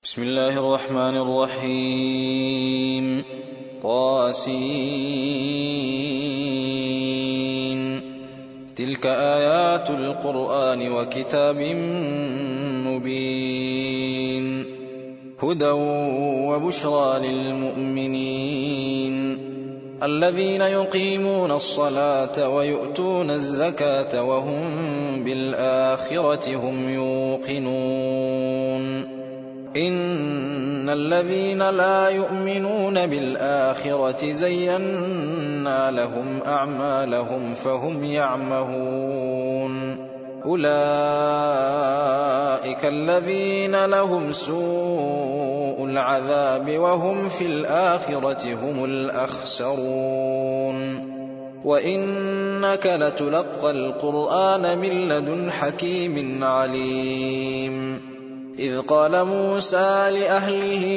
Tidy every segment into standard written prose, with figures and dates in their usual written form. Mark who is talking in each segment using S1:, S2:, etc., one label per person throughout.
S1: بسم الله الرحمن الرحيم. طاسين. تلك آيات القرآن وكتاب مبين هدى وبشرى للمؤمنين الذين يقيمون الصلاة ويؤتون الزكاة وهم بالآخرة هم يوقنون. إن الذين لا يؤمنون بالآخرة زينا لهم أعمالهم فهم يعمهون. أولئك الذين لهم سوء العذاب وهم في الآخرة هم الأخسرون. وإنك لتلقى القرآن من لدن حكيم عليم. إذ قال موسى لأهله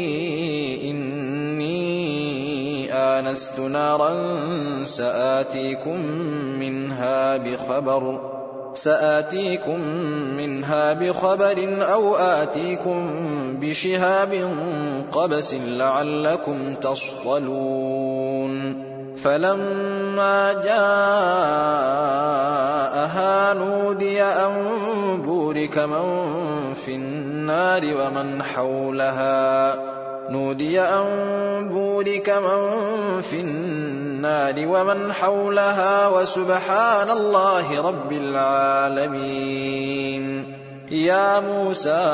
S1: إني آنست نارا سآتيكم منها بخبر أو آتيكم بشهاب قبس لعلكم تصطلون. فلما جاءها نودي أن بورك من في النار ومن حولها وسبحان الله رب العالمين. يا موسى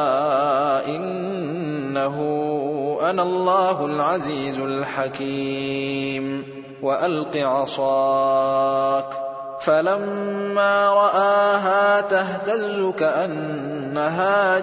S1: إنه أنا الله العزيز الحكيم وألق عصاك. فلما رآها تهتز كأنها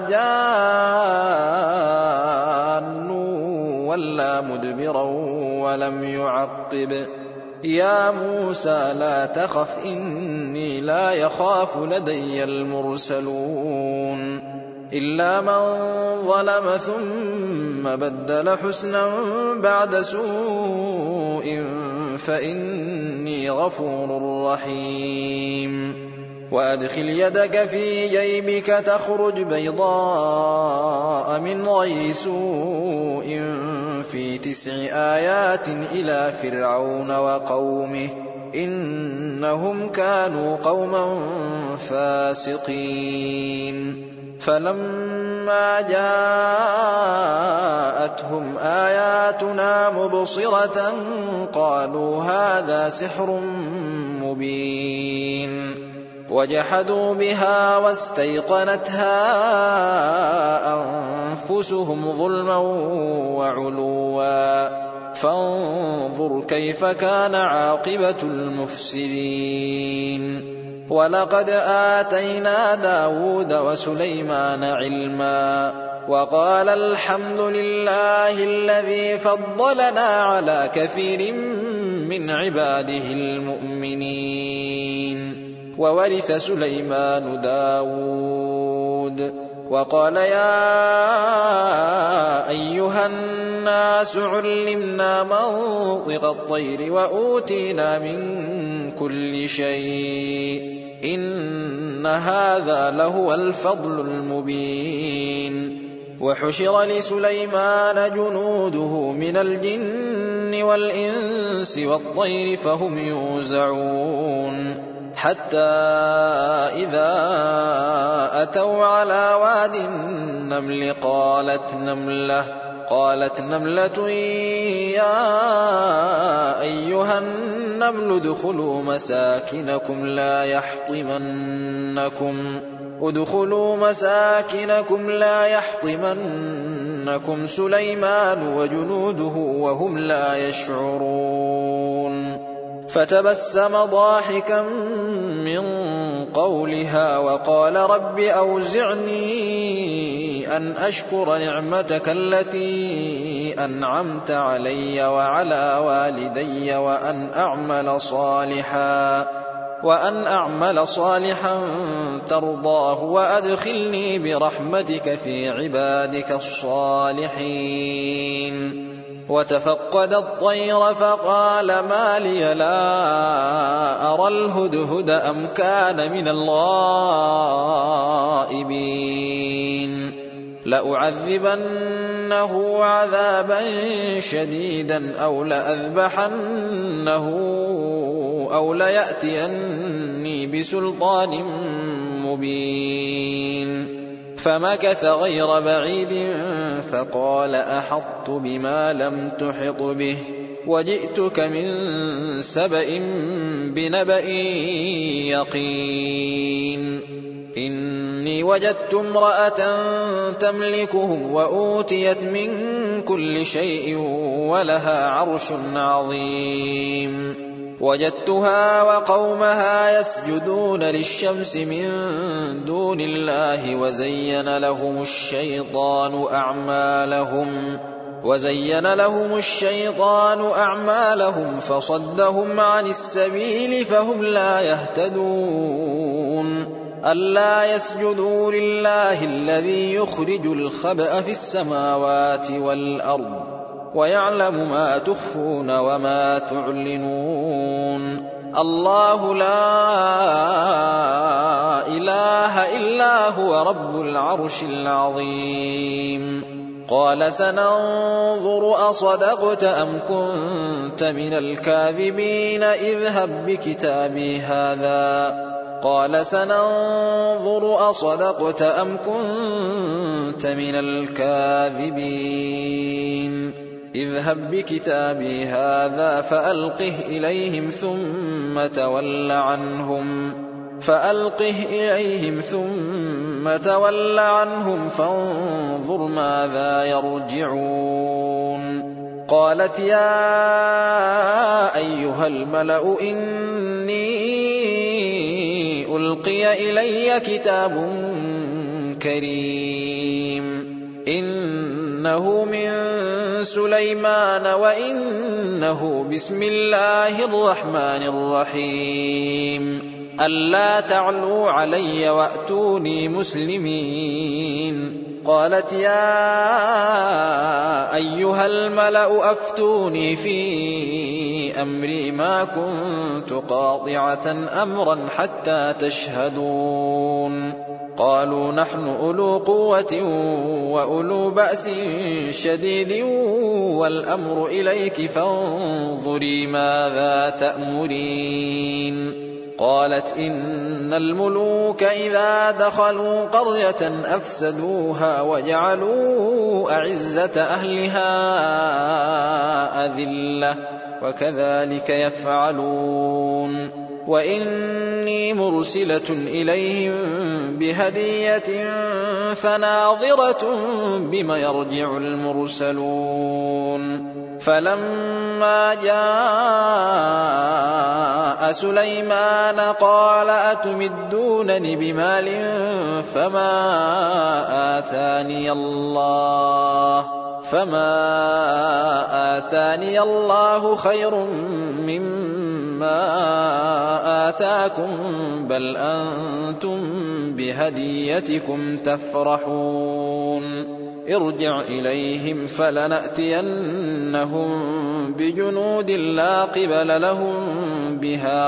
S1: جان ولا مدبرا ولم يعقب. يا موسى لا تخف إني لا يخاف لدي المرسلون. إلا من ظلم ثم بدل حسنا بعد سوء فإني غفور رحيم. وأدخل يدك في جيبك تخرج بيضاء من غير سوء في 9 آيات إلى فرعون وقومه إنهم كانوا قوما فاسقين. فلما جاءتهم آياتنا مبصرة قالوا هذا سحر مبين. وجحدوا بها واستيقنتها أنفسهم ظلما وعلوا فانظر كيف كان عاقبة المفسدين. ولقد آتينا داود وسليمان علما وقال الحمد لله الذي فضلنا على كثير من عباده المؤمنين. وورث سليمان داود وقال يا أيها الناس علمنا منطق الطير وأوتينا من كل شيء إن هذا لهو الفضل المبين. وحشر لسليمان جنوده من الجن والإنس والطير فهم يوزعون. حتى إذا أتوا على واد النمل قالت نملة يا أيها النمل ادخلوا مساكنكم لا يحطمنكم سليمان وجنوده وهم لا يشعرون. فتبسم ضاحكا من قولها وقال رب أوزعني أن أشكر نعمتك التي أنعمت علي وعلى والدي وأن أعمل صالحا ترضاه وأدخلني برحمتك في عبادك الصالحين. وتفقد الطير فقال ما لي لا أرى الهدهد أم كان من الغائبين لأعذبنه عذابا شديدا أو لأذبحنه أو ليأتيني بسلطان مبين فمكث غير بعيد فقال أحطت بما لم تحط به وجئتك من سبأ بنبأ يقين إني وجدت امرأة تملكهم وأوتيت من كل شيء ولها عرش عظيم وجدتها وقومها يسجدون للشمس من دون الله وزين لهم الشيطان أعمالهم فصدهم عن السبيل فهم لا يهتدون ألا يسجدوا لله الذي يخرج الخبأ في السماوات والأرض ويعلم ما تخفون وما تعلنون الله لا إله إلا هو رب العرش العظيم قال سننظر أصدقت أم كنت من الكاذبين اذهب بكتابي هذا قال سننظر أصدقت أم كنت من الكاذبين اذهب بكتابي هذا فألقه إليهم ثم تول عنهم فانظر ماذا يرجعون قالت يا أيها الملأ إني ألقي إلي كتاب كريم إنه من سليمان وإنه بسم الله الرحمن الرحيم ألا تعلوا علي وأتوني مسلمين قالت يا أيها الملأ أفتوني في أمري ما كنت قاطعة أمرا حتى تشهدون قالوا نحن أولو قوة وأولو بأس شديد والأمر إليك فانظري ماذا تأمرين قالت إن الملوك إذا دخلوا قرية أفسدوها وجعلوا أعزة أهلها أذلة وكذلك يفعلون وإني مرسلة إليهم بهدية فناظرة بما يرجع المرسلون فلما جاء سليمان قال أتمدونني بمال فما آتاني الله خير مما آتاكم بل أنتم بهديتكم تفرحون ارجع إليهم فلنأتينهم بجنود لا قبل لهم بها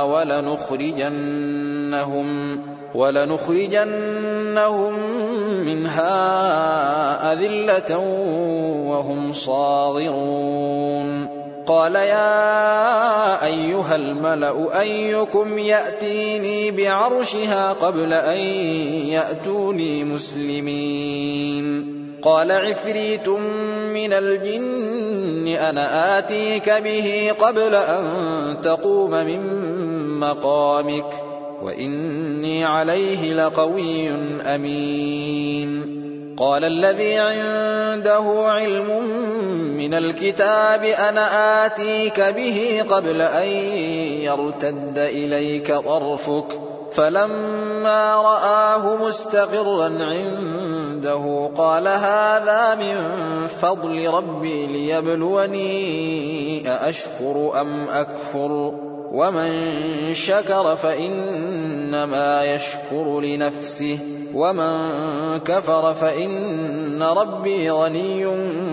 S1: ولنخرجنهم منها أذلة وهم صاغرون قال يا أيها الملأ أيكم يأتيني بعرشها قبل أن يأتوني مسلمين قال عفريت من الجن أنا آتيك به قبل أن تقوم من مقامك وإني عليه لقوي أمين قال الذي عنده علم من الكتاب أنا آتيك به قبل أن يرتد إليك طرفك فلما رآه مستقرا عنده قال هذا من فضل ربي ليبلوني أأشكر أم أكفر ومن شكر فإنما يشكر لنفسه ومن كفر فإن ربي غني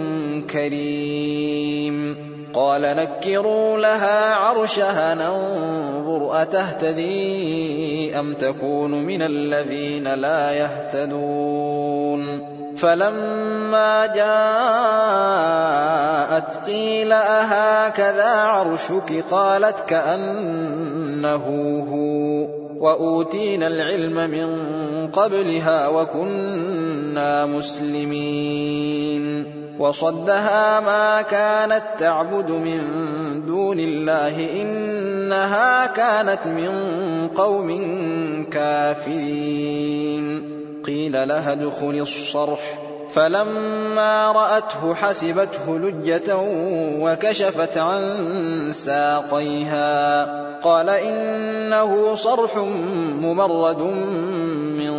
S1: كريم قال نكروا لها عرشها ننظر أتهتدي أم تكون من الذين لا يهتدون فلما جاءت قيل أهكذا عرشك قالت كأنه هو وأوتينا العلم من قبلها وكنا مسلمين وصدها ما كانت تعبد من دون الله إنها كانت من قوم كافرين قيل لها ادخل الصرح فلما رأته حسبته لجة وكشفت عن ساقيها قال إنه صرح ممرد من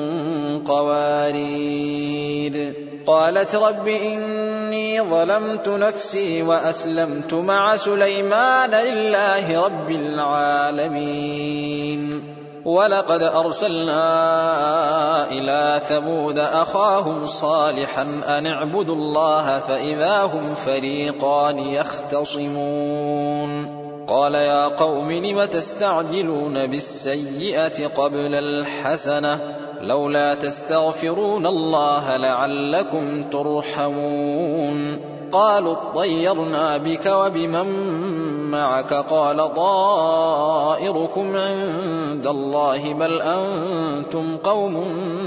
S1: قوارير قالت رب إني ظلمت نفسي وأسلمت مع سليمان لله رب العالمين ولقد أرسلنا إلى ثمود أخاهم صالحا أن اعبدوا الله فإذا هم فريقان يختصمون قال يا قوم لم تستعجلون بالسيئة قبل الحسنة لولا تستغفرون الله لعلكم ترحمون قالوا اطيرنا بك وبمن معك قال طائركم عند الله بل أنتم قوم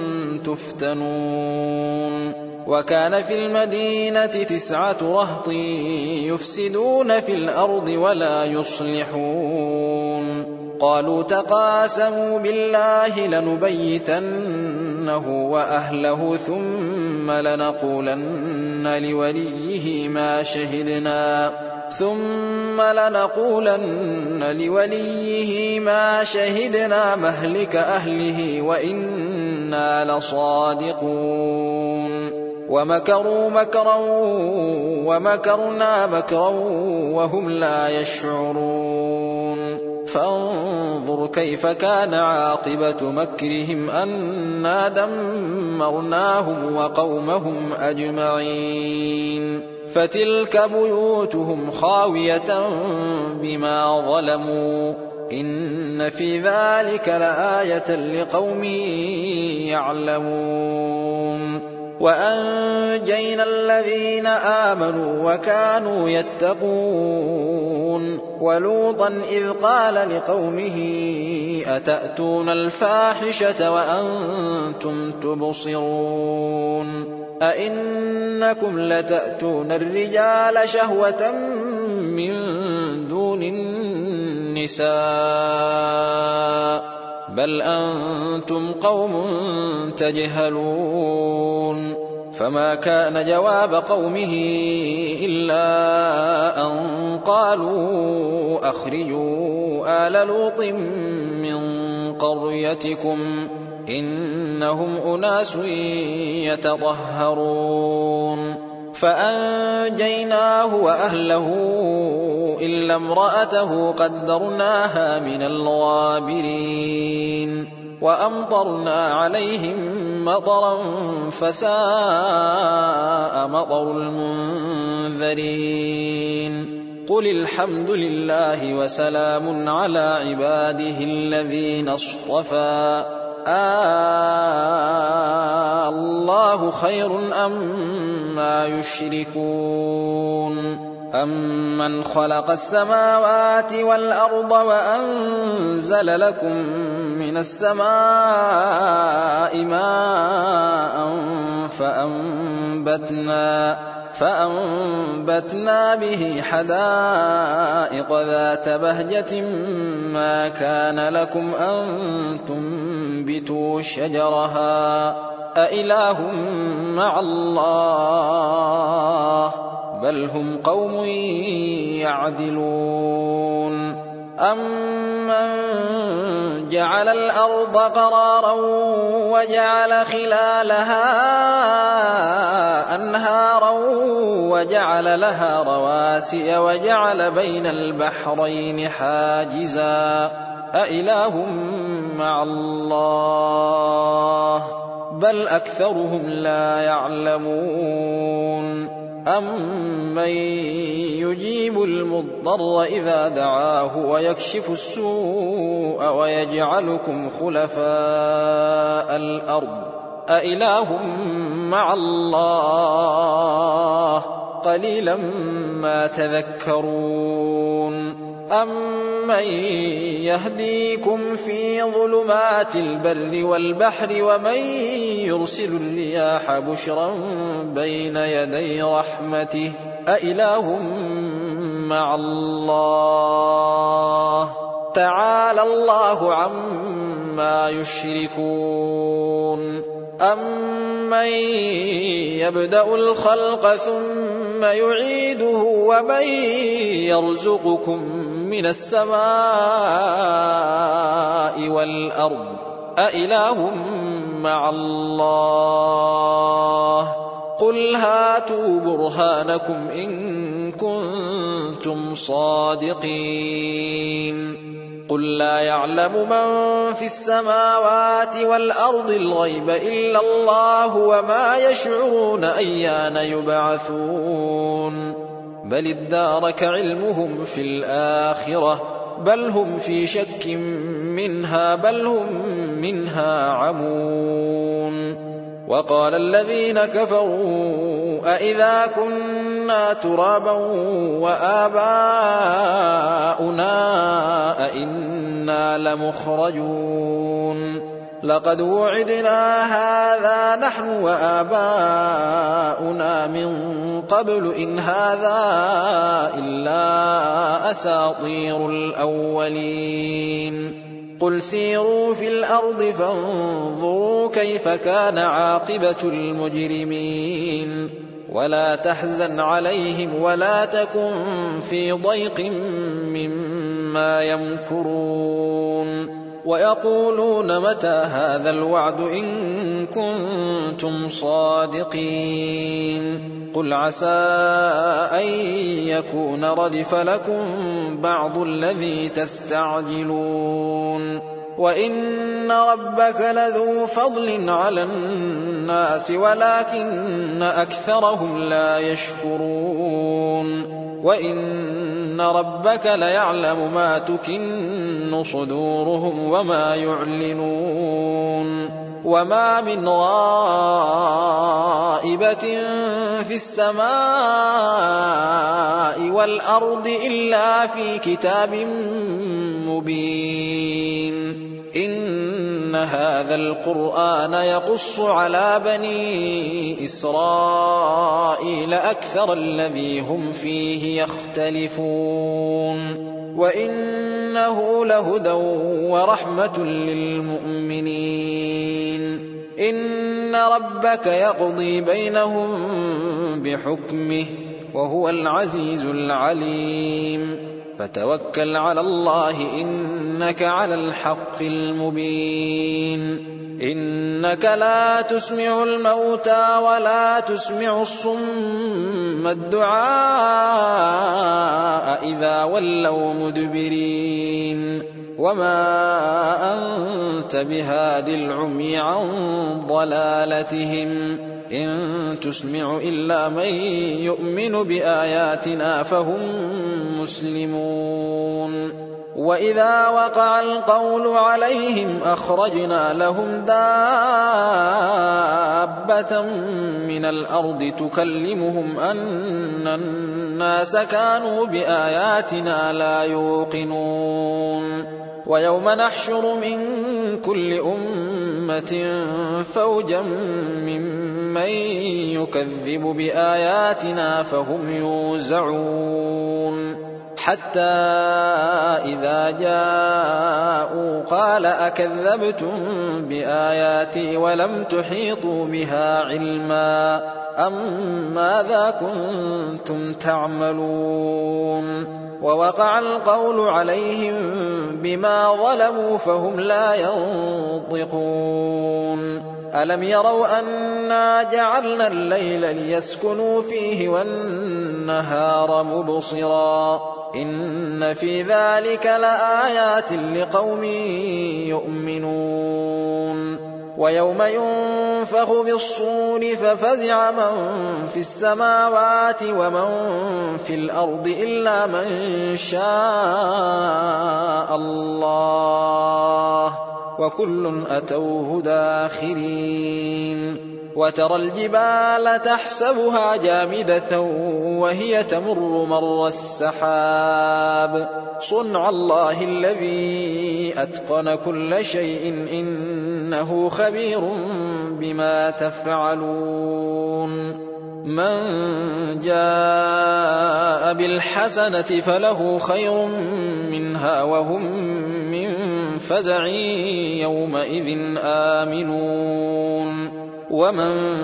S1: تفتنون وكان في المدينة 9 رهط يفسدون في الأرض ولا يصلحون قالوا تقاسموا بالله لنبيتنه وأهله ثم لنقولن لوليه ما شهدنا مهلك أهله وإنا لصادقون ومكروا مكرا ومكرنا مكرا وهم لا يشعرون فانظر كيف كان عاقبة مكرهم أنا دمرناهم وقومهم أجمعين فتلك بيوتهم خاوية بما ظلموا إن في ذلك لآية لقوم يعلمون وأنجينا الذين آمنوا وكانوا يتقون ولوطا إذ قال لقومه أتأتون الفاحشة وأنتم تبصرون أئنكم لتأتون الرجال شهوة من دون النساء بل أنتم قوم تجهلون فما كان جواب قومه إلا أن قالوا أخرجوا آل لوط من قريتكم إنهم أناس يتطهرون فأنجيناه وأهله إلا امرأته قدرناها من الغابرين وأمطرنا عليهم مطرا فساء مطر المنذرين قل الحمد لله وسلام على عباده الذين اصطفى الله خير أما يشركون أمن خلق السماوات والأرض وأنزل لكم من السماء ماء فأنبتنا به حدائق ذات بهجة ما كان لكم أن تنبتوا شجرها أإله مع الله بل هم قوم يعدلون أمن جعل الأرض قرارا وجعل خلالها أنهارا وجعل لها رواسي وجعل بين البحرين حاجزا أإله مع الله بل أكثرهم لا يعلمون أمن يجيب المضطر إذا دعاه ويكشف السوء ويجعلكم خلفاء الأرض أإله مع الله قليلا ما تذكرون أمن يهديكم في ظلمات البر والبحر ومن يرسل الرياح بشرا بين يدي رحمته أإله مع الله تعالى الله عما يشركون أمن يبدأ الخلق ثم يعيده ومن يرزقكم من السماء والأرض أإله مع الله قل هاتوا برهانكم إن كنتم صادقين قل لا يعلم من في السماوات والأرض الغيب إلا الله وما يشعرون أيان يبعثون بل ادارك علمهم في الآخرة بل هم في شك منها بل هم منها عمون وقال الذين كفروا أإذا كنا ترابا وآباؤنا أإنا لمخرجون لقد وعدنا هذا نحن وآباؤنا من قبل إن هذا إلا أساطير الأولين قل سيروا في الأرض فانظروا كيف كان عاقبة المجرمين ولا تحزن عليهم ولا تكن في ضيق مما يمكرون ويقولون متى هذا الوعد إن كنتم صادقين قل عسى أن يكون ردف لكم بعض الذي تستعجلون وإن ربك لذو فضل على الناس ولكن أكثرهم لا يشكرون وإن ربك ليعلم ما تكن صدورهم وما يعلنون وما من غائبة في السماء والأرض إلا في كتاب مبين إن هذا القرآن يقص على بني إسرائيل أكثر الذي هم فيه يختلفون وإنه لهدى ورحمة للمؤمنين إن ربك يقضي بينهم بحكمه وهو العزيز العليم فتوكل على الله إنك على الحق المبين إنك لا تسمع الموتى ولا تسمع الصم الدعاء إذا ولوا مدبرين وما أنت بهاد العمي عن ضلالتهم إن تسمع إلا من يؤمن بآياتنا فهم مسلمون وإذا وقع القول عليهم أخرجنا لهم دابة من الأرض تكلمهم أن الناس كانوا بآياتنا لا يوقنون ويوم نحشر من كل أمة فوجا ممن يكذب بآياتنا فهم يوزعون حتى إذا جاءوا قال أكذبتم بآياتي ولم تحيطوا بها علما أم ماذا كنتم تعملون ووقع القول عليهم بما ظلموا فهم لا ينطقون ألم يروا أنا جعلنا الليل ليسكنوا فيه والنهار مبصرا إن في ذلك لآيات لقوم يؤمنون ويوم ينفخ في الصور ففزع من في السماوات ومن في الأرض إلا من شاء الله وكل أتوه داخرين وترى الجبال تحسبها جامدة وهي تمر مر السحاب صنع الله الذي أتقن كل شيء إنه خبير بما تفعلون من جاء بالحسنة فله خير منها وهم من فزع يومئذ آمنون ومن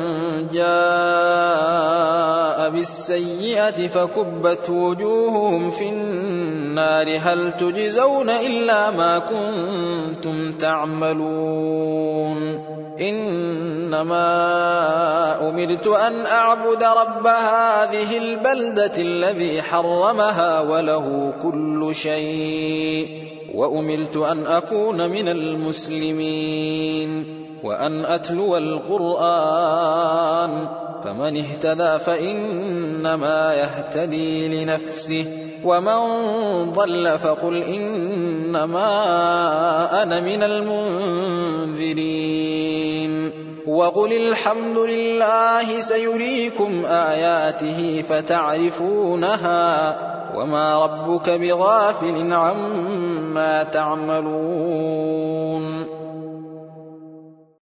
S1: جاء بالسيئة فكبت وجوههم في النار هل تجزون إلا ما كنتم تعملون إنما أمرت أن أعبد رب هذه البلدة الذي حرمها وله كل شيء وأمرت أن أكون من المسلمين وأن أتلو القرآن فمن اهتدى فإنما يهتدي لنفسه ومن ضل فقل إنما أنا من المنذرين وقل الحمد لله سيريكم آياته فتعرفونها وما ربك بغافل عما تعملون